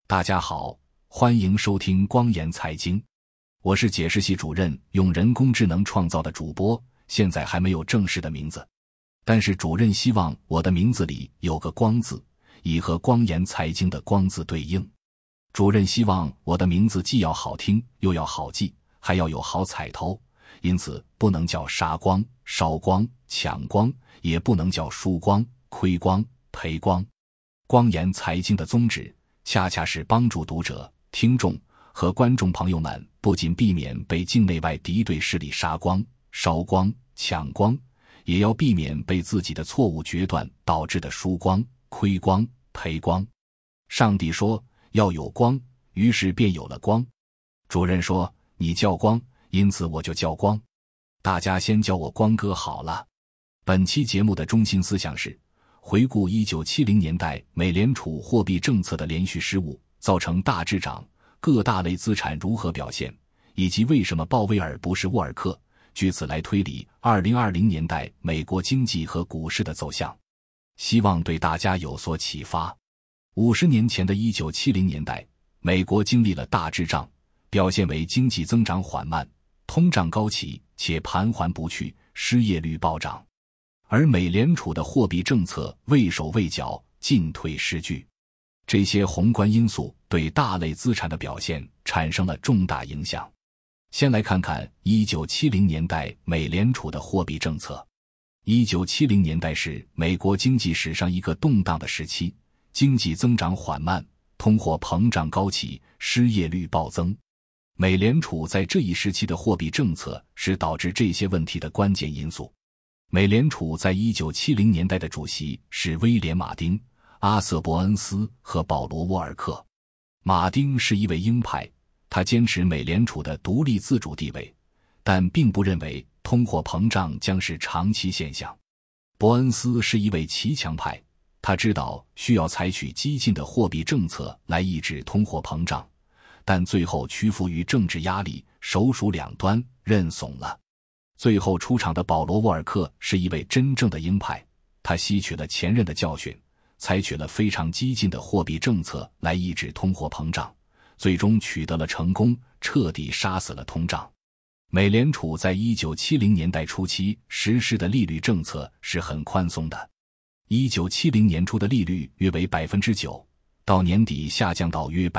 大家好，欢迎收听光言财经。我是解释系主任，用人工智能创造的主播，现在还没有正式的名字。但是主任希望我的名字里有个光字，以和光言财经的光字对应。主任希望我的名字既要好听，又要好记，还要有好彩头，因此不能叫杀光、烧光、抢光，也不能叫输光、亏光、赔光。光言财经的宗旨恰恰是帮助读者、听众和观众朋友们不仅避免被境内外敌对势力杀光、烧光、抢光，也要避免被自己的错误决断导致的输光、亏光、赔光。上帝说要有光，于是便有了光。主任说你叫光，因此我就叫光。大家先叫我光哥好了。本期节目的中心思想是回顾1970年代美联储货币政策的连续失误造成大滞涨，各大类资产如何表现，以及为什么鲍威尔不是沃尔克，据此来推理2020年代美国经济和股市的走向，希望对大家有所启发。50年前的1970年代，美国经历了大滞胀，表现为经济增长缓慢，通胀高企且盘桓不去，失业率暴涨。而美联储的货币政策畏手畏脚，进退失据，这些宏观因素对大类资产的表现产生了重大影响。先来看看1970年代美联储的货币政策。1970年代是美国经济史上一个动荡的时期，经济增长缓慢，通货膨胀高企，失业率暴增。美联储在这一时期的货币政策是导致这些问题的关键因素。美联储在1970年代的主席是威廉·马丁、阿瑟·伯恩斯和保罗·沃尔克。马丁是一位鹰派，他坚持美联储的独立自主地位，但并不认为通货膨胀将是长期现象。伯恩斯是一位骑墙派，他知道需要采取激进的货币政策来抑制通货膨胀，但最后屈服于政治压力，首鼠两端，认怂了。最后出场的保罗·沃尔克是一位真正的鹰派，他吸取了前任的教训，采取了非常激进的货币政策来抑制通货膨胀，最终取得了成功，彻底杀死了通胀。美联储在1970年代初期实施的利率政策是很宽松的。1970年初的利率约为 9%， 到年底下降到约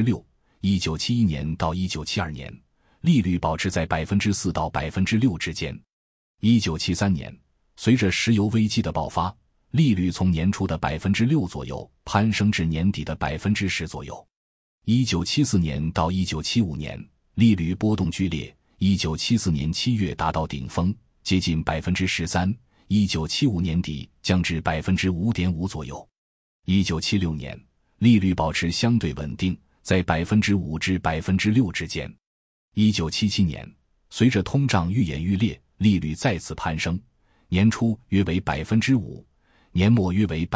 6%。1971年到1972年利率保持在 4% 到 6% 之间。1973年，随着石油危机的爆发，利率从年初的 6% 左右攀升至年底的 10% 左右。1974年到1975年，利率波动剧烈，1974年7月达到顶峰，接近 13%， 1975年底降至 5.5% 左右。1976年，利率保持相对稳定，在 5% 至 6% 之间。1977年，随着通胀愈演愈烈，利率再次攀升，年初约为 5%， 年末约为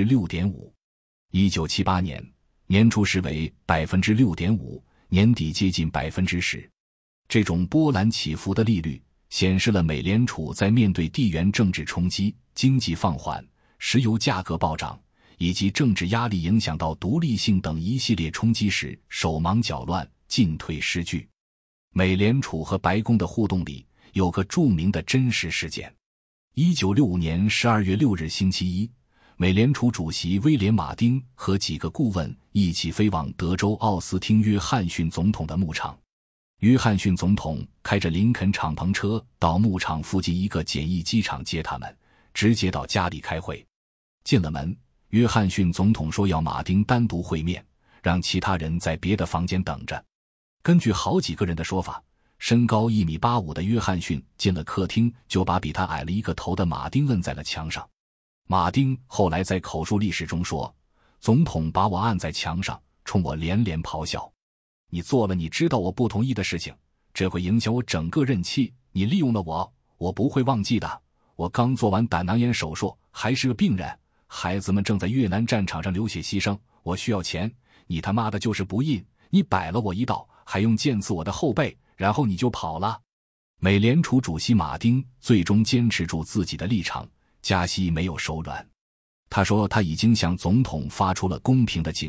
6.5%。1978年，年初时为 6.5%， 年底接近 10%。这种波澜起伏的利率显示了美联储在面对地缘政治冲击、经济放缓、石油价格暴涨以及政治压力影响到独立性等一系列冲击时手忙脚乱，进退失据。美联储和白宫的互动里有个著名的真实事件。1965年12月6日星期一，美联储主席威廉·马丁和几个顾问一起飞往德州奥斯汀约翰逊总统的牧场。约翰逊总统开着林肯敞篷车到牧场附近一个简易机场接他们，直接到家里开会。进了门，约翰逊总统说要马丁单独会面，让其他人在别的房间等着。根据好几个人的说法，身高1.85米的约翰逊进了客厅，就把比他矮了一个头的马丁摁在了墙上。马丁后来在口述历史中说，总统把我按在墙上，冲我连连咆哮，你做了你知道我不同意的事情，这会影响我整个任期，你利用了我，我不会忘记的。我刚做完胆囊炎手术，还是个病人，孩子们正在越南战场上流血牺牲，我需要钱，你他妈的就是不义，你摆了我一道，还用剑刺我的后背，然后你就跑了。美联储主席马丁最终坚持住自己的立场，加息没有手软。他说他已经向总统发出了公平的警告，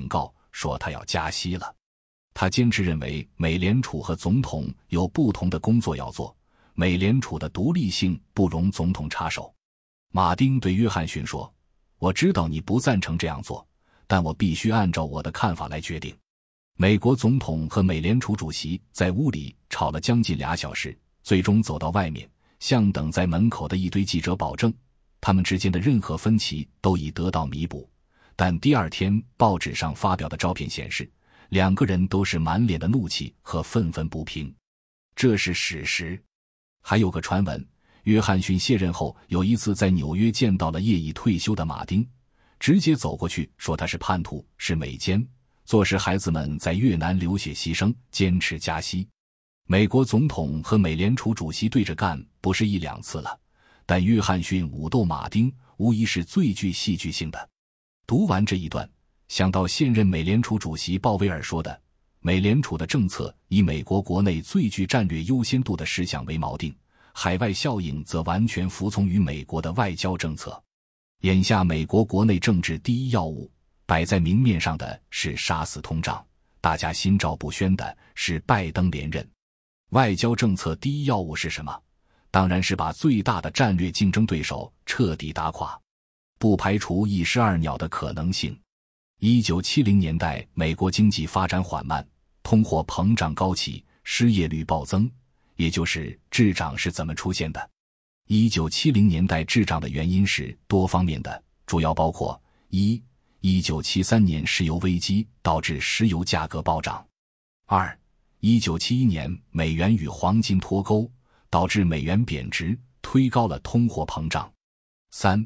说他要加息了。他坚持认为美联储和总统有不同的工作要做，美联储的独立性不容总统插手。马丁对约翰逊说，我知道你不赞成这样做，但我必须按照我的看法来决定。美国总统和美联储主席在屋里吵了将近2小时，最终走到外面，向等在门口的一堆记者保证，他们之间的任何分歧都已得到弥补。但第二天报纸上发表的照片显示，2个人都是满脸的怒气和愤愤不平。这是史实。还有个传闻，约翰逊卸任后有一次在纽约见到了业已退休的马丁，直接走过去说他是叛徒，是美奸，坐视孩子们在越南流血牺牲，坚持加息。美国总统和美联储主席对着干不是1、2次了，但约翰逊武斗马丁无疑是最具戏剧性的。读完这一段，想到现任美联储主席鲍威尔说的，美联储的政策以美国国内最具战略优先度的事项为锚定，海外效应则完全服从于美国的外交政策。眼下美国国内政治第一要务摆在明面上的是杀死通胀，大家心照不宣的是拜登连任。外交政策第一要务是什么？当然是把最大的战略竞争对手彻底打垮，不排除一石二鸟的可能性。1970年代美国经济发展缓慢，通货膨胀高企，失业率暴增，也就是滞涨是怎么出现的？1970年代滞涨的原因是多方面的，主要包括：1. 1973年石油危机导致石油价格暴涨； 2. 1971年美元与黄金脱钩，导致美元贬值，推高了通货膨胀； 3.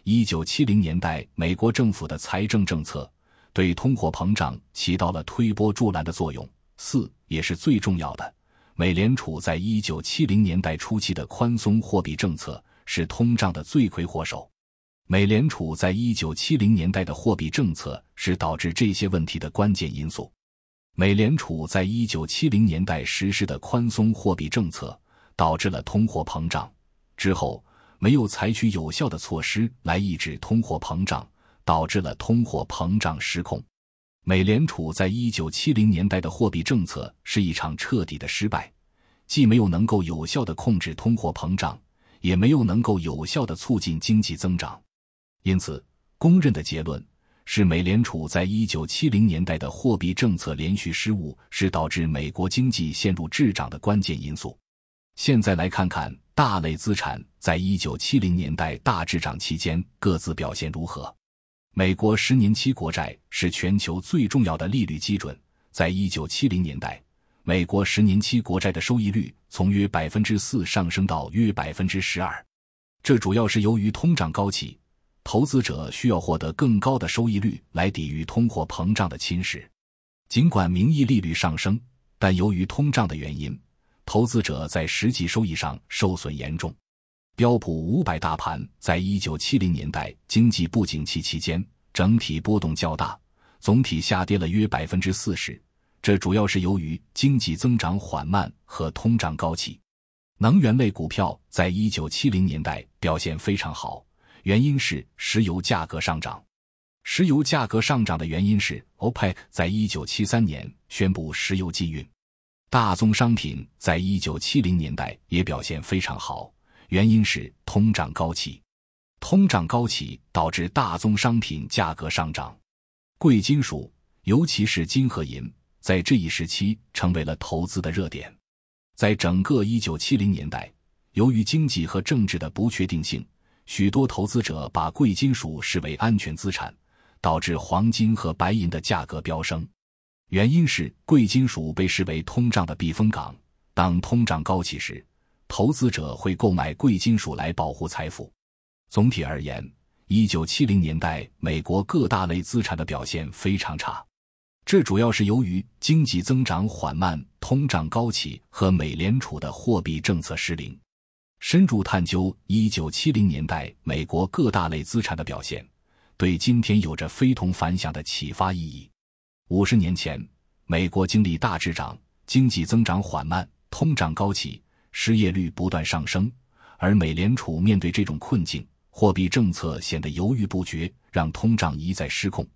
1970年代美国政府的财政政策对通货膨胀起到了推波助澜的作用； 4. 也是最重要的，美联储在1970年代初期的宽松货币政策是通胀的罪魁祸首。美联储在1970年代的货币政策是导致这些问题的关键因素。美联储在1970年代实施的宽松货币政策导致了通货膨胀，之后没有采取有效的措施来抑制通货膨胀，导致了通货膨胀失控。美联储在1970年代的货币政策是一场彻底的失败，既没有能够有效地控制通货膨胀，也没有能够有效地促进经济增长。因此，公认的结论是美联储在1970年代的货币政策连续失误是导致美国经济陷入滞涨的关键因素。现在来看看大类资产在1970年代大滞涨期间各自表现如何。美国10年期国债是全球最重要的利率基准，在1970年代，美国10年期国债的收益率从约 4% 上升到约 12%。这主要是由于通胀高企，投资者需要获得更高的收益率来抵御通货膨胀的侵蚀。尽管名义利率上升，但由于通胀的原因，投资者在实际收益上受损严重。标普500大盘在1970年代经济不景气期间整体波动较大，总体下跌了约 40%， 这主要是由于经济增长缓慢和通胀高企。能源类股票在1970年代表现非常好，原因是石油价格上涨。石油价格上涨的原因是 OPEC 在1973年宣布石油禁运。大宗商品在1970年代也表现非常好，原因是通胀高企。通胀高企导致大宗商品价格上涨。贵金属，尤其是金和银，在这一时期成为了投资的热点。在整个1970年代，由于经济和政治的不确定性，许多投资者把贵金属视为安全资产，导致黄金和白银的价格飙升。原因是贵金属被视为通胀的避风港，当通胀高企时，投资者会购买贵金属来保护财富。总体而言，1970年代美国各大类资产的表现非常差，这主要是由于经济增长缓慢、通胀高企和美联储的货币政策失灵。深入探究1970年代美国各大类资产的表现，对今天有着非同凡响的启发意义。50年前，美国经历大滞涨，经济增长缓慢，通胀高企，失业率不断上升，而美联储面对这种困境，货币政策显得犹豫不决，让通胀一再失控，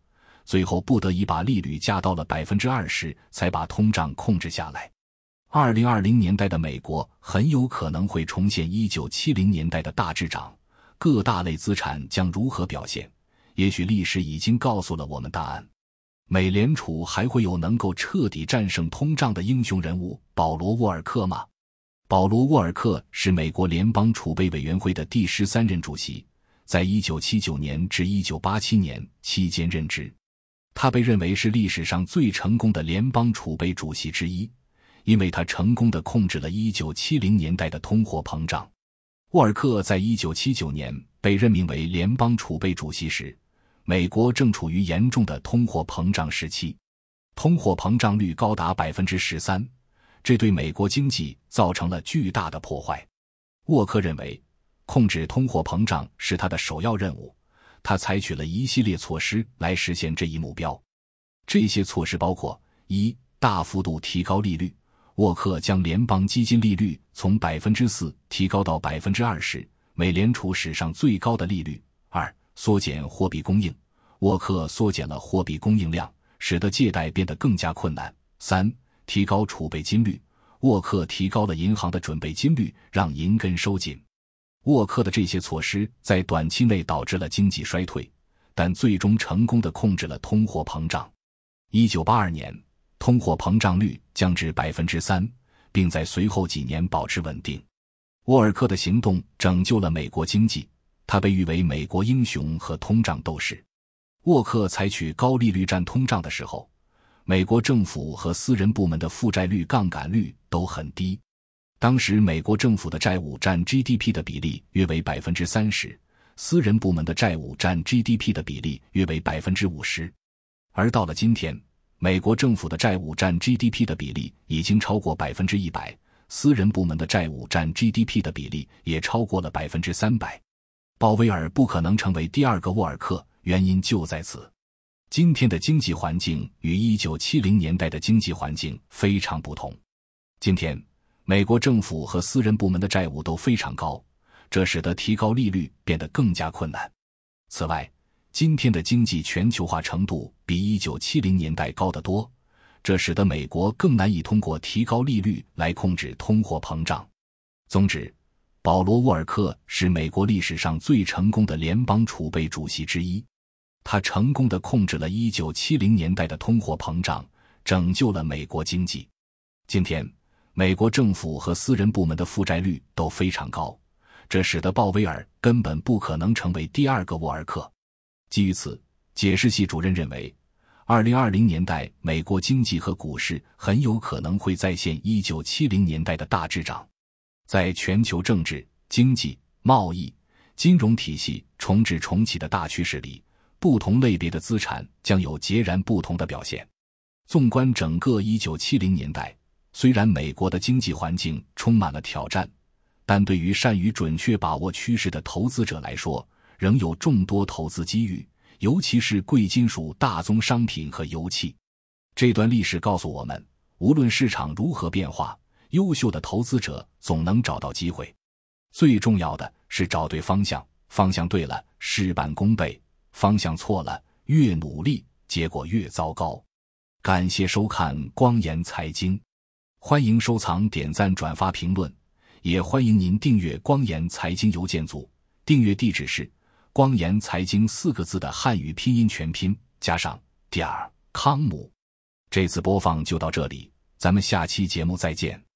最后不得已把利率加到了 20%， 才把通胀控制下来。2020年代的美国很有可能会重现1970年代的大滞涨，各大类资产将如何表现？也许历史已经告诉了我们答案。美联储还会有能够彻底战胜通胀的英雄人物保罗·沃尔克吗？保罗·沃尔克是美国联邦储备委员会的第13任主席，在1979年至1987年期间任职。他被认为是历史上最成功的联邦储备主席之一，因为他成功地控制了1970年代的通货膨胀。沃尔克在1979年被任命为联邦储备主席时，美国正处于严重的通货膨胀时期，通货膨胀率高达 13%， 这对美国经济造成了巨大的破坏。沃克认为，控制通货膨胀是他的首要任务，他采取了一系列措施来实现这一目标。这些措施包括：一、大幅度提高利率。沃克将联邦基金利率从 4% 提高到 20%， 美联储史上最高的利率。二、缩减货币供应。沃克缩减了货币供应量，使得借贷变得更加困难。三、提高储备金率。沃克提高了银行的准备金率，让银根收紧。沃克的这些措施在短期内导致了经济衰退，但最终成功地控制了通货膨胀。1982年，通货膨胀率降至 3%， 并在随后几年保持稳定。沃尔克的行动拯救了美国经济，他被誉为美国英雄和通胀斗士。沃克采取高利率战通胀的时候，美国政府和私人部门的负债率、杠杆率都很低。当时美国政府的债务占 GDP 的比例约为 30%， 私人部门的债务占 GDP 的比例约为 50%。 而到了今天，美国政府的债务占 GDP 的比例已经超过 100%， 私人部门的债务占 GDP 的比例也超过了 300%。 鲍威尔不可能成为第二个沃尔克，原因就在此。今天的经济环境与1970年代的经济环境非常不同。今天，美国政府和私人部门的债务都非常高，这使得提高利率变得更加困难。此外，今天的经济全球化程度比1970年代高得多，这使得美国更难以通过提高利率来控制通货膨胀。总之，保罗·沃尔克是美国历史上最成功的联邦储备主席之一，他成功地控制了1970年代的通货膨胀，拯救了美国经济。今天，美国政府和私人部门的负债率都非常高，这使得鲍威尔根本不可能成为第二个沃尔克。基于此，解释系主任认为，2020年代美国经济和股市很有可能会再现1970年代的大滞涨。在全球政治、经济、贸易、金融体系重置重启的大趋势里，不同类别的资产将有截然不同的表现。纵观整个1970年代，虽然美国的经济环境充满了挑战，但对于善于准确把握趋势的投资者来说，仍有众多投资机遇，尤其是贵金属、大宗商品和油气。这段历史告诉我们，无论市场如何变化，优秀的投资者总能找到机会。最重要的是找对方向，方向对了，事半功倍；方向错了，越努力，结果越糟糕。感谢收看光言财经，欢迎收藏、点赞、转发、评论，也欢迎您订阅光言财经邮件组，订阅地址是光言财经4个字的汉语拼音全拼加上.com。这次播放就到这里，咱们下期节目再见。